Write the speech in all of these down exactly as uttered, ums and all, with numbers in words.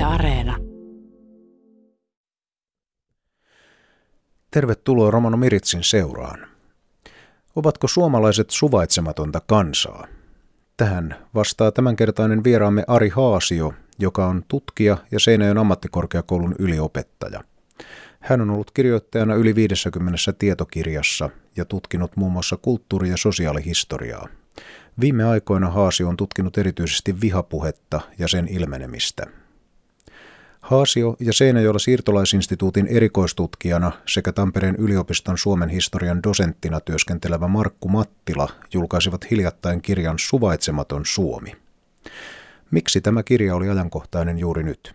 Yle Areena. Tervetuloa Romano Miritsin seuraan. Ovatko suomalaiset suvaitsematonta kansaa? Tähän vastaa tämänkertainen vieraamme Ari Haasio, joka on tutkija ja Seinäjoen ammattikorkeakoulun yliopettaja. Hän on ollut kirjoittajana yli viidessäkymmenessä tietokirjassa ja tutkinut muun muassa kulttuuri- ja sosiaalihistoriaa. Viime aikoina Haasio on tutkinut erityisesti vihapuhetta ja sen ilmenemistä. Haasio ja Seinäjoella siirtolaisinstituutin erikoistutkijana sekä Tampereen yliopiston Suomen historian dosenttina työskentelevä Markku Mattila julkaisivat hiljattain kirjan Suvaitsematon Suomi. Miksi tämä kirja oli ajankohtainen juuri nyt?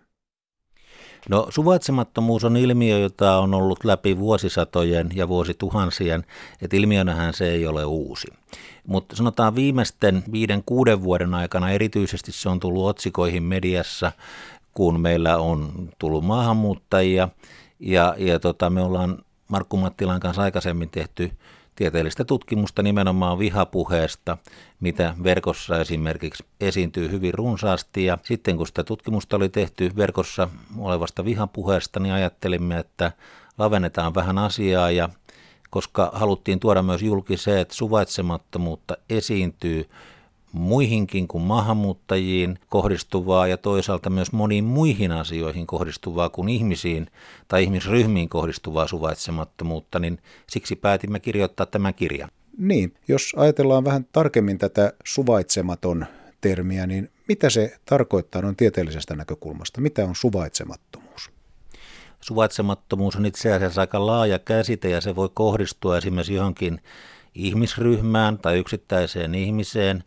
No, suvaitsemattomuus on ilmiö, jota on ollut läpi vuosisatojen ja vuosituhansien, että ilmiönähän se ei ole uusi. Mutta sanotaan viimeisten viiden, kuuden vuoden aikana erityisesti se on tullut otsikoihin mediassa, kun meillä on tullut maahanmuuttajia ja, ja tota, me ollaan Markku Mattilan kanssa aikaisemmin tehty tieteellistä tutkimusta nimenomaan vihapuheesta, mitä verkossa esimerkiksi esiintyy hyvin runsaasti. Ja sitten kun sitä tutkimusta oli tehty verkossa olevasta vihapuheesta, niin ajattelimme, että lavennetaan vähän asiaa, ja koska haluttiin tuoda myös julki se, että suvaitsemattomuutta esiintyy muihinkin kuin maahanmuuttajiin kohdistuvaa ja toisaalta myös moniin muihin asioihin kohdistuvaa kuin ihmisiin tai ihmisryhmiin kohdistuvaa suvaitsemattomuutta, niin siksi päätimme kirjoittaa tämän kirjan. Niin, jos ajatellaan vähän tarkemmin tätä suvaitsematon termiä, niin mitä se tarkoittaa noin tieteellisestä näkökulmasta? Mitä on suvaitsemattomuus? Suvaitsemattomuus on itse asiassa aika laaja käsite ja se voi kohdistua esimerkiksi johonkin ihmisryhmään tai yksittäiseen ihmiseen,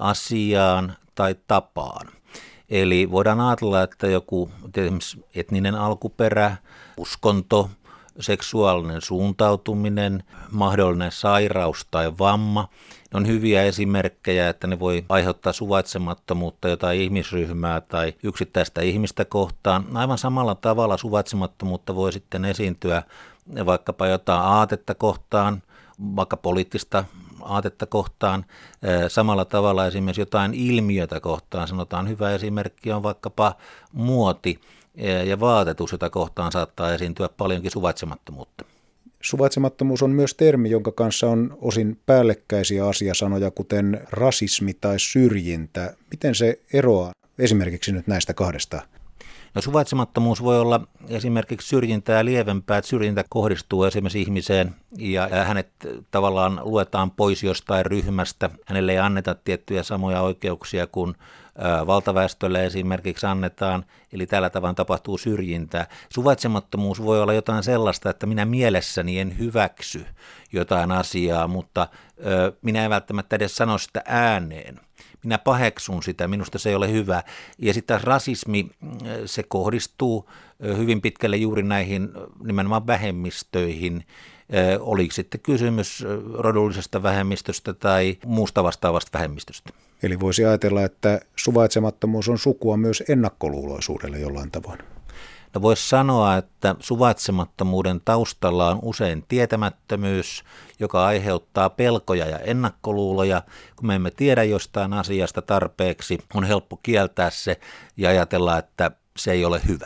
asiaan tai tapaan. Eli voidaan ajatella, että joku esimerkiksi etninen alkuperä, uskonto, seksuaalinen suuntautuminen, mahdollinen sairaus tai vamma on hyviä esimerkkejä, että ne voi aiheuttaa suvaitsemattomuutta jotain ihmisryhmää tai yksittäistä ihmistä kohtaan. Aivan samalla tavalla suvaitsemattomuutta voi sitten esiintyä vaikkapa jotain aatetta kohtaan, vaikka poliittista aatetta kohtaan, samalla tavalla esimerkiksi jotain ilmiötä kohtaan. Sanotaan hyvä esimerkki on vaikkapa muoti ja vaatetus, jota kohtaan saattaa esiintyä paljonkin suvaitsemattomuutta. Suvaitsemattomuus on myös termi, jonka kanssa on osin päällekkäisiä asiasanoja, kuten rasismi tai syrjintä. Miten se eroaa esimerkiksi nyt näistä kahdesta? No, suvaitsemattomuus voi olla esimerkiksi syrjintää lievempää, että syrjintä kohdistuu esimerkiksi ihmiseen ja hänet tavallaan luetaan pois jostain ryhmästä. Hänelle ei anneta tiettyjä samoja oikeuksia kuin valtaväestölle esimerkiksi annetaan, eli tällä tavalla tapahtuu syrjintää. Suvaitsemattomuus voi olla jotain sellaista, että minä mielessäni en hyväksy jotain asiaa, mutta ö, minä en välttämättä edes sano sitä ääneen. Minä paheksun sitä, minusta se ei ole hyvä. Ja sitten taas rasismi, se kohdistuu hyvin pitkälle juuri näihin nimenomaan vähemmistöihin. Oliko sitten kysymys rodullisesta vähemmistöstä tai muusta vastaavasta vähemmistöstä? Eli voisi ajatella, että suvaitsemattomuus on sukua myös ennakkoluuloisuudelle jollain tavoin. No, voisi sanoa, että suvaitsemattomuuden taustalla on usein tietämättömyys, joka aiheuttaa pelkoja ja ennakkoluuloja. Kun me emme tiedä jostain asiasta tarpeeksi, on helppo kieltää se ja ajatella, että se ei ole hyvä.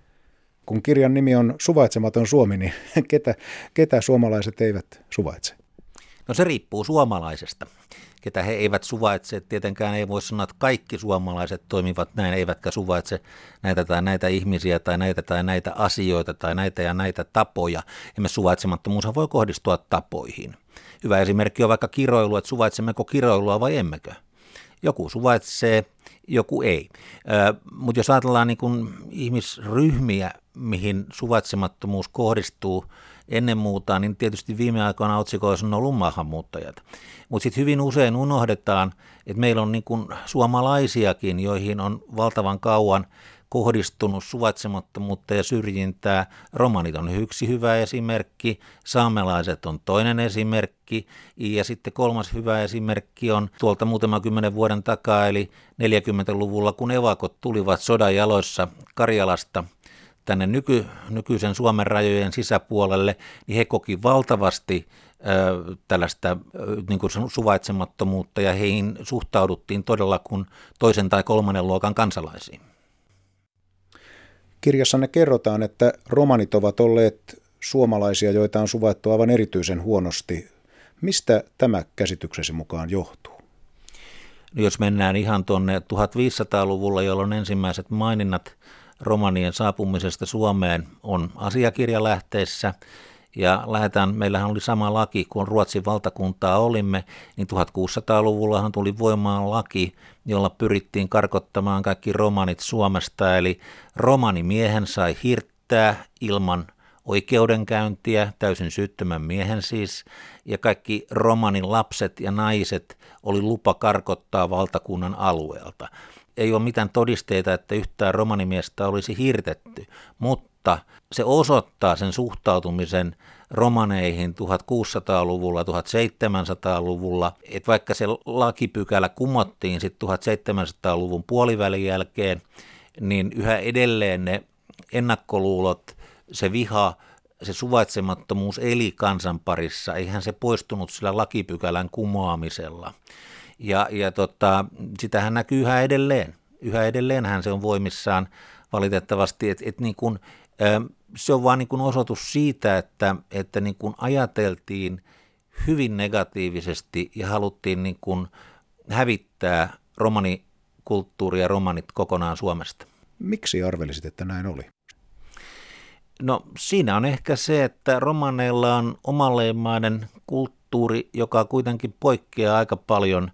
Kun kirjan nimi on Suvaitsematon Suomi, niin ketä, ketä suomalaiset eivät suvaitse? No, se riippuu suomalaisesta. Ketä he eivät suvaitse. Tietenkään ei voi sanoa, että kaikki suomalaiset toimivat näin, eivätkä suvaitse näitä tai näitä ihmisiä tai näitä tai näitä asioita tai näitä ja näitä tapoja. Esimerkiksi suvaitsemattomuushan voi kohdistua tapoihin. Hyvä esimerkki on vaikka kiroilu, että suvaitsemmeko kiroilua vai emmekö. Joku suvaitsee, joku ei. Mutta jos ajatellaan niin kun ihmisryhmiä, mihin suvaitsemattomuus kohdistuu ennen muuta, niin tietysti viime aikoina otsikoissa on ollut maahanmuuttajat. Mutta sitten hyvin usein unohdetaan, että meillä on niin kuin suomalaisiakin, joihin on valtavan kauan kohdistunut suvaitsemattomuutta ja syrjintää. Romanit on yksi hyvä esimerkki, saamelaiset on toinen esimerkki ja sitten kolmas hyvä esimerkki on tuolta muutama kymmenen vuoden takaa, eli neljäkymmentäluvulla, kun evakot tulivat sodan jaloissa Karjalasta tänne nyky, nykyisen Suomen rajojen sisäpuolelle, niin he koki valtavasti ö, tällaista ö, niin kuin suvaitsemattomuutta ja heihin suhtauduttiin todella kuin toisen tai kolmannen luokan kansalaisiin. Kirjassanne kerrotaan, että romanit ovat olleet suomalaisia, joita on suvaittu aivan erityisen huonosti. Mistä tämä käsityksesi mukaan johtuu? Jos mennään ihan tuonne tuhatviisisataaluvulle, jolloin ensimmäiset maininnat romanien saapumisesta Suomeen on asiakirjalähteissä, ja lähdetään, meillähän oli sama laki, kun Ruotsin valtakuntaa olimme, niin tuhatkuusisataaluvullahan tuli voimaan laki, jolla pyrittiin karkottamaan kaikki romanit Suomesta, eli romanimiehen sai hirttää ilman oikeudenkäyntiä, täysin syyttömän miehen siis, ja kaikki romanin lapset ja naiset oli lupa karkottaa valtakunnan alueelta. Ei ole mitään todisteita, että yhtään romanimiestä olisi hirtetty, mutta se osoittaa sen suhtautumisen romaneihin tuhatkuusisataaluvulla, tuhatseitsemänsataaluvulla, että vaikka se lakipykälä kumottiin sitten tuhatseitsemänsataaluvun puolivälin jälkeen, niin yhä edelleen ne ennakkoluulot, se viha, se suvaitsemattomuus eli kansan parissa, eihän se poistunut sillä lakipykälän kumoamisella. Ja, ja tota, sitähän näkyy yhä edelleen. Yhä edelleenhän se on voimissaan valitettavasti, että et niin kun, se on vaan niin kun osoitus siitä, että, että niin kun ajateltiin hyvin negatiivisesti ja haluttiin niin kun hävittää romanikulttuuria ja romanit kokonaan Suomesta. Miksi arvelisit, että näin oli? No siinä on ehkä se, että romaneilla on omanleimainen kulttuuri, joka kuitenkin poikkeaa aika paljon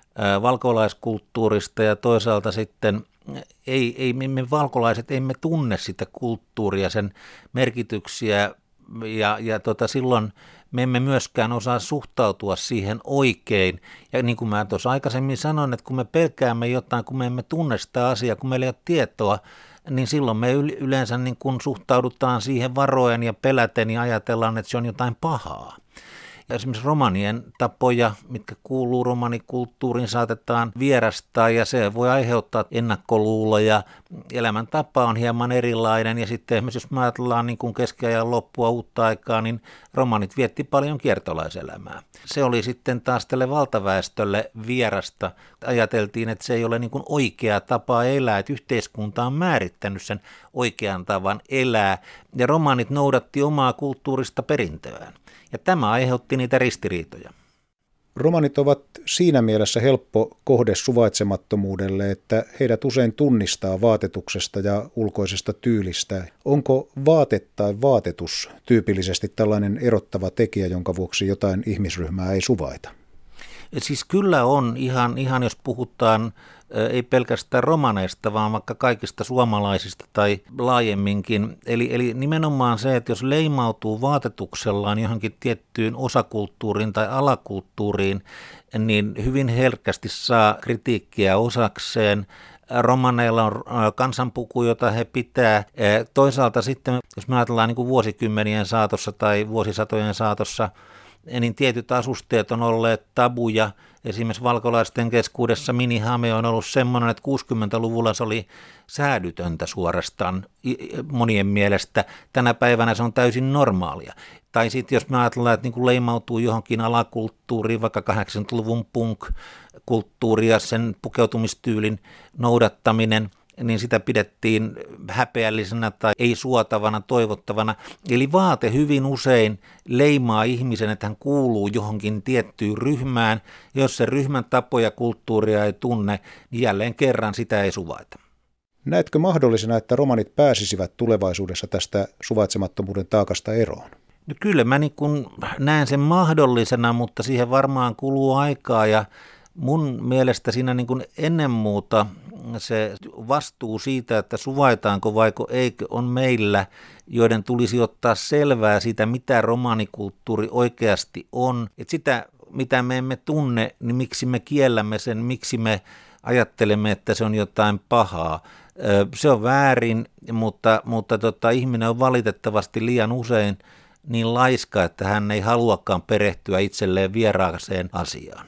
valkolaiskulttuurista ja toisaalta sitten ei, ei me valkolaiset emme tunne sitä kulttuuria, sen merkityksiä ja, ja tota, silloin me emme myöskään osaa suhtautua siihen oikein. Ja niin kuin mä tuossa aikaisemmin sanoin, että kun me pelkäämme jotain, kun me emme tunne sitä asiaa, kun meillä ei ole tietoa, niin silloin me yleensä niin kun suhtaudutaan siihen varoen ja peläten ja ajatellaan, että se on jotain pahaa. Ja esimerkiksi romanien tapoja, mitkä kuuluu romanikulttuuriin, saatetaan vierastaa ja se voi aiheuttaa ennakkoluuloja. Elämäntapa on hieman erilainen ja sitten esimerkiksi jos me ajatellaan niin kuin keskiajan loppua uutta aikaa, niin romanit vietti paljon kiertolaiselämää. Se oli sitten taas tälle valtaväestölle vierasta. Ajateltiin, että se ei ole niin kuin oikea tapa elää, että yhteiskunta on määrittänyt sen oikean tavan elää ja romanit noudatti omaa kulttuurista perintöään. Ja tämä aiheutti niitä ristiriitoja. Romanit ovat siinä mielessä helppo kohde suvaitsemattomuudelle, että heidät usein tunnistaa vaatetuksesta ja ulkoisesta tyylistä. Onko vaate tai vaatetus tyypillisesti tällainen erottava tekijä, jonka vuoksi jotain ihmisryhmää ei suvaita? Siis kyllä on, ihan, ihan jos puhutaan ei pelkästään romaneista, vaan vaikka kaikista suomalaisista tai laajemminkin. Eli, eli nimenomaan se, että jos leimautuu vaatetuksellaan johonkin tiettyyn osakulttuuriin tai alakulttuuriin, niin hyvin herkästi saa kritiikkiä osakseen. Romaneilla on kansanpuku, jota he pitää. Toisaalta sitten, jos me ajatellaan niin kuin vuosikymmenien saatossa tai vuosisatojen saatossa, niin tietyt asusteet on olleet tabuja. Esimerkiksi valkolaisten keskuudessa minihame on ollut semmoinen, että kuusikymmentäluvulla se oli säädytöntä suorastaan monien mielestä. Tänä päivänä se on täysin normaalia. Tai sitten jos me ajatellaan, että niin kuin leimautuu johonkin alakulttuuriin, vaikka kahdeksankymmentäluvun punk-kulttuuri ja sen pukeutumistyylin noudattaminen, niin sitä pidettiin häpeällisenä tai ei suotavana, toivottavana. Eli vaate hyvin usein leimaa ihmisen, että hän kuuluu johonkin tiettyyn ryhmään. Jos se ryhmän tapoja ja kulttuuria ei tunne, niin jälleen kerran sitä ei suvaita. Näetkö mahdollisena, että romanit pääsisivät tulevaisuudessa tästä suvaitsemattomuuden taakasta eroon? No kyllä mä niin kun näen sen mahdollisena, mutta siihen varmaan kuluu aikaa ja mun mielestä siinä niin kuin ennen muuta se vastuu siitä, että suvaitaanko vaiko eikö, on meillä, joiden tulisi ottaa selvää siitä, mitä romanikulttuuri oikeasti on. Että sitä, mitä me emme tunne, niin miksi me kiellämme sen, miksi me ajattelemme, että se on jotain pahaa. Se on väärin, mutta, mutta tota, ihminen on valitettavasti liian usein niin laiska, että hän ei haluakaan perehtyä itselleen vieraaseen asiaan.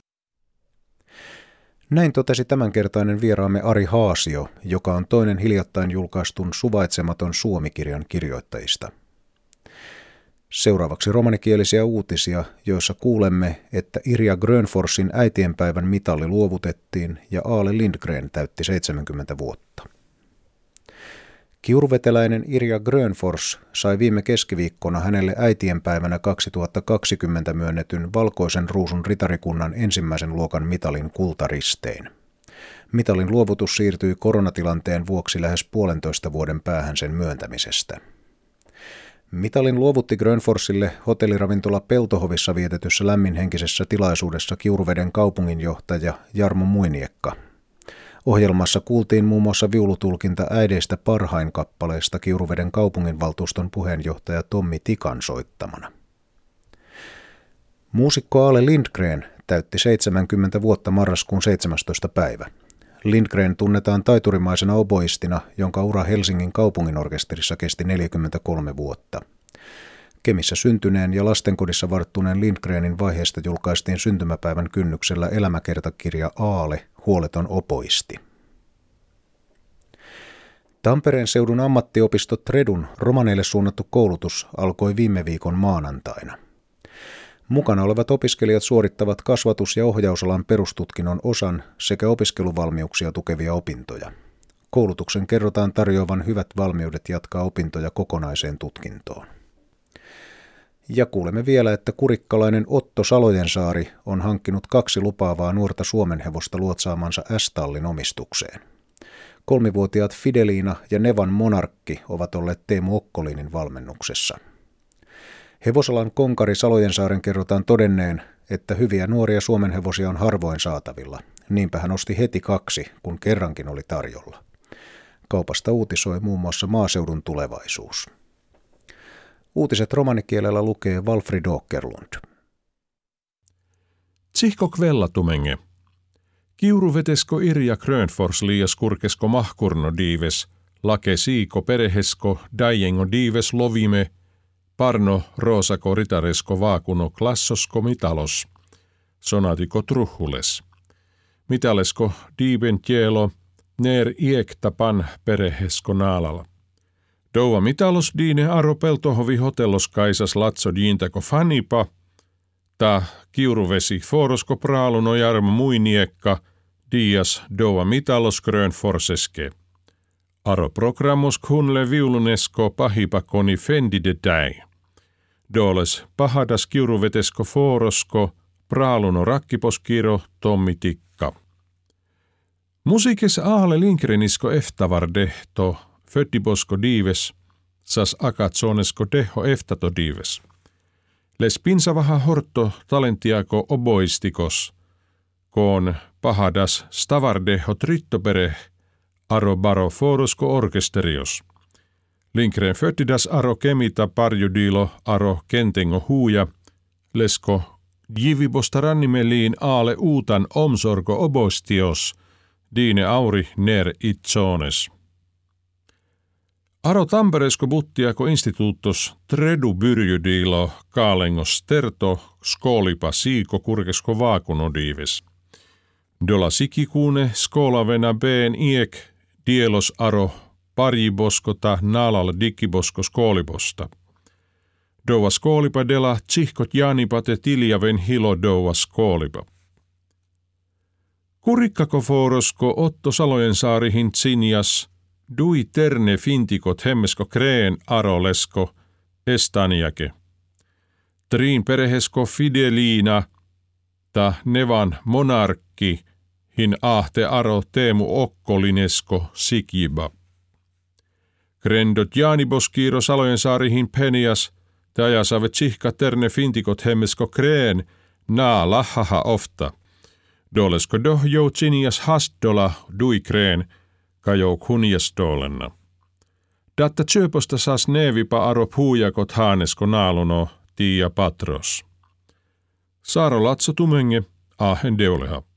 Näin totesi tämänkertainen vieraamme Ari Haasio, joka on toinen hiljattain julkaistun Suvaitsematon Suomi-kirjan kirjoittajista. Seuraavaksi romanikielisiä uutisia, joissa kuulemme, että Irja Grönforsin äitienpäivän mitalli luovutettiin ja Aale Lindgren täytti seitsemänkymmentä vuotta. Kiuruveteläinen Irja Grönfors sai viime keskiviikkona hänelle äitienpäivänä kaksituhattakaksikymmentä myönnetyn Valkoisen Ruusun ritarikunnan ensimmäisen luokan mitalin kultaristeen. Mitalin luovutus siirtyi koronatilanteen vuoksi lähes puolentoista vuoden päähän sen myöntämisestä. Mitalin luovutti Grönforsille hotelliravintola Peltohovissa vietetyssä lämminhenkisessä tilaisuudessa Kiuruveden kaupunginjohtaja Jarmo Muiniekka. Ohjelmassa kuultiin muun muassa viulutulkinta äideistä parhain kappaleista Kiuruveden kaupunginvaltuuston puheenjohtaja Tommi Tikan soittamana. Muusikko Ale Lindgren täytti seitsemänkymmentä vuotta marraskuun seitsemästoista päivä. Lindgren tunnetaan taiturimaisena oboistina, jonka ura Helsingin kaupunginorkesterissa kesti neljäkymmentäkolme vuotta. Kemissä syntyneen ja lastenkodissa varttuneen Lindgrenin vaiheesta julkaistiin syntymäpäivän kynnyksellä elämäkertakirja Aale, huoleton oboisti. Tampereen seudun ammattiopisto Tredun romaneille suunnattu koulutus alkoi viime viikon maanantaina. Mukana olevat opiskelijat suorittavat kasvatus- ja ohjausalan perustutkinnon osan sekä opiskeluvalmiuksia tukevia opintoja. Koulutuksen kerrotaan tarjoavan hyvät valmiudet jatkaa opintoja kokonaiseen tutkintoon. Ja kuulemme vielä, että kurikkalainen Otto Salojensaari on hankkinut kaksi lupaavaa nuorta suomenhevosta luotsaamansa S-tallin omistukseen. Kolmivuotiaat Fidelina ja Nevan Monarkki ovat olleet Teemu Okkolinin valmennuksessa. Hevosalan konkari Salojensaaren kerrotaan todenneen, että hyviä nuoria suomenhevosia on harvoin saatavilla. Niinpä hän osti heti kaksi, kun kerrankin oli tarjolla. Kaupasta uutisoi muun muassa Maaseudun Tulevaisuus. Uutiset romanikielellä lukee Walfrid Åkerlund. Tsihko kvellatumenge. Kiuruvetesko Irja Grönfors liias kurkesko mahkurno diives, lake siiko perehesko dajengo diives lovime, parno roosako ritaresko vaakuno klassosko mitalos, sonatiko truhules. Mitalesko diiben tielo, neer iektapan perehesko naalala. Doua mitalos diine aro peltohovi hotellos kaisas latso diintako fanipa, ta kiuruvesi forosko praaluno Jarmo Muiniekka, dias doua mitalos Grönforseske. Aro programos kunle viulunesko pahipakoni fendide däi. Doles pahadas kiuruvetesko forosko, praaluno rakkiposkiro Tommi Tikka. Musiikes Aale Lindgrenisko eftavar-dehto, föddibosko diives, sas akatsonesko deho eftato diives. Les pinsavaha horto talentiako oboistikos, koon pahadas stavardeho trittopereh, aro baro forosko orkesterios. Lindgren föddidas aro kemita parjudilo aro kentengo huuja, lesko jivibosta rannimeliin Aale uutan omsorgo oboistios, diine auri ner itsones. Aro Tamperesko buttiako instituuttos tredu byrjydilo kaalengos sterto skolipa siiko kurkesko vaakuno diives. Dola sikikuune skolavena been iek dielos aro parjiboskota naalal dikibosko skolibosta. Doua skolipa dela tsihkot janipate tiljaven hilo doua skolipa. Kurikkako forosko Otto Salojensaarihin tsinjas, dui terne fintikot hemmesko kreen arolesko estaniake. Triin perehesko Fidelina, ta Nevan Monarkki, hin ahte aro Teemu Okkolinesko sikjiba. Krendot jaaniboskiiro Salojensaarihin penias, te ajasave tsihka terne fintikot hemmesko kreen, naa lahaha ofta. Dolesko doh jou tsinias hasdola dui kreen, kajou kunjastolenna. Datta tsyöposta saas neevipa aro puujakot haanesko naaluno tiia patros. Saaro latso tumenge, ahen deuleha.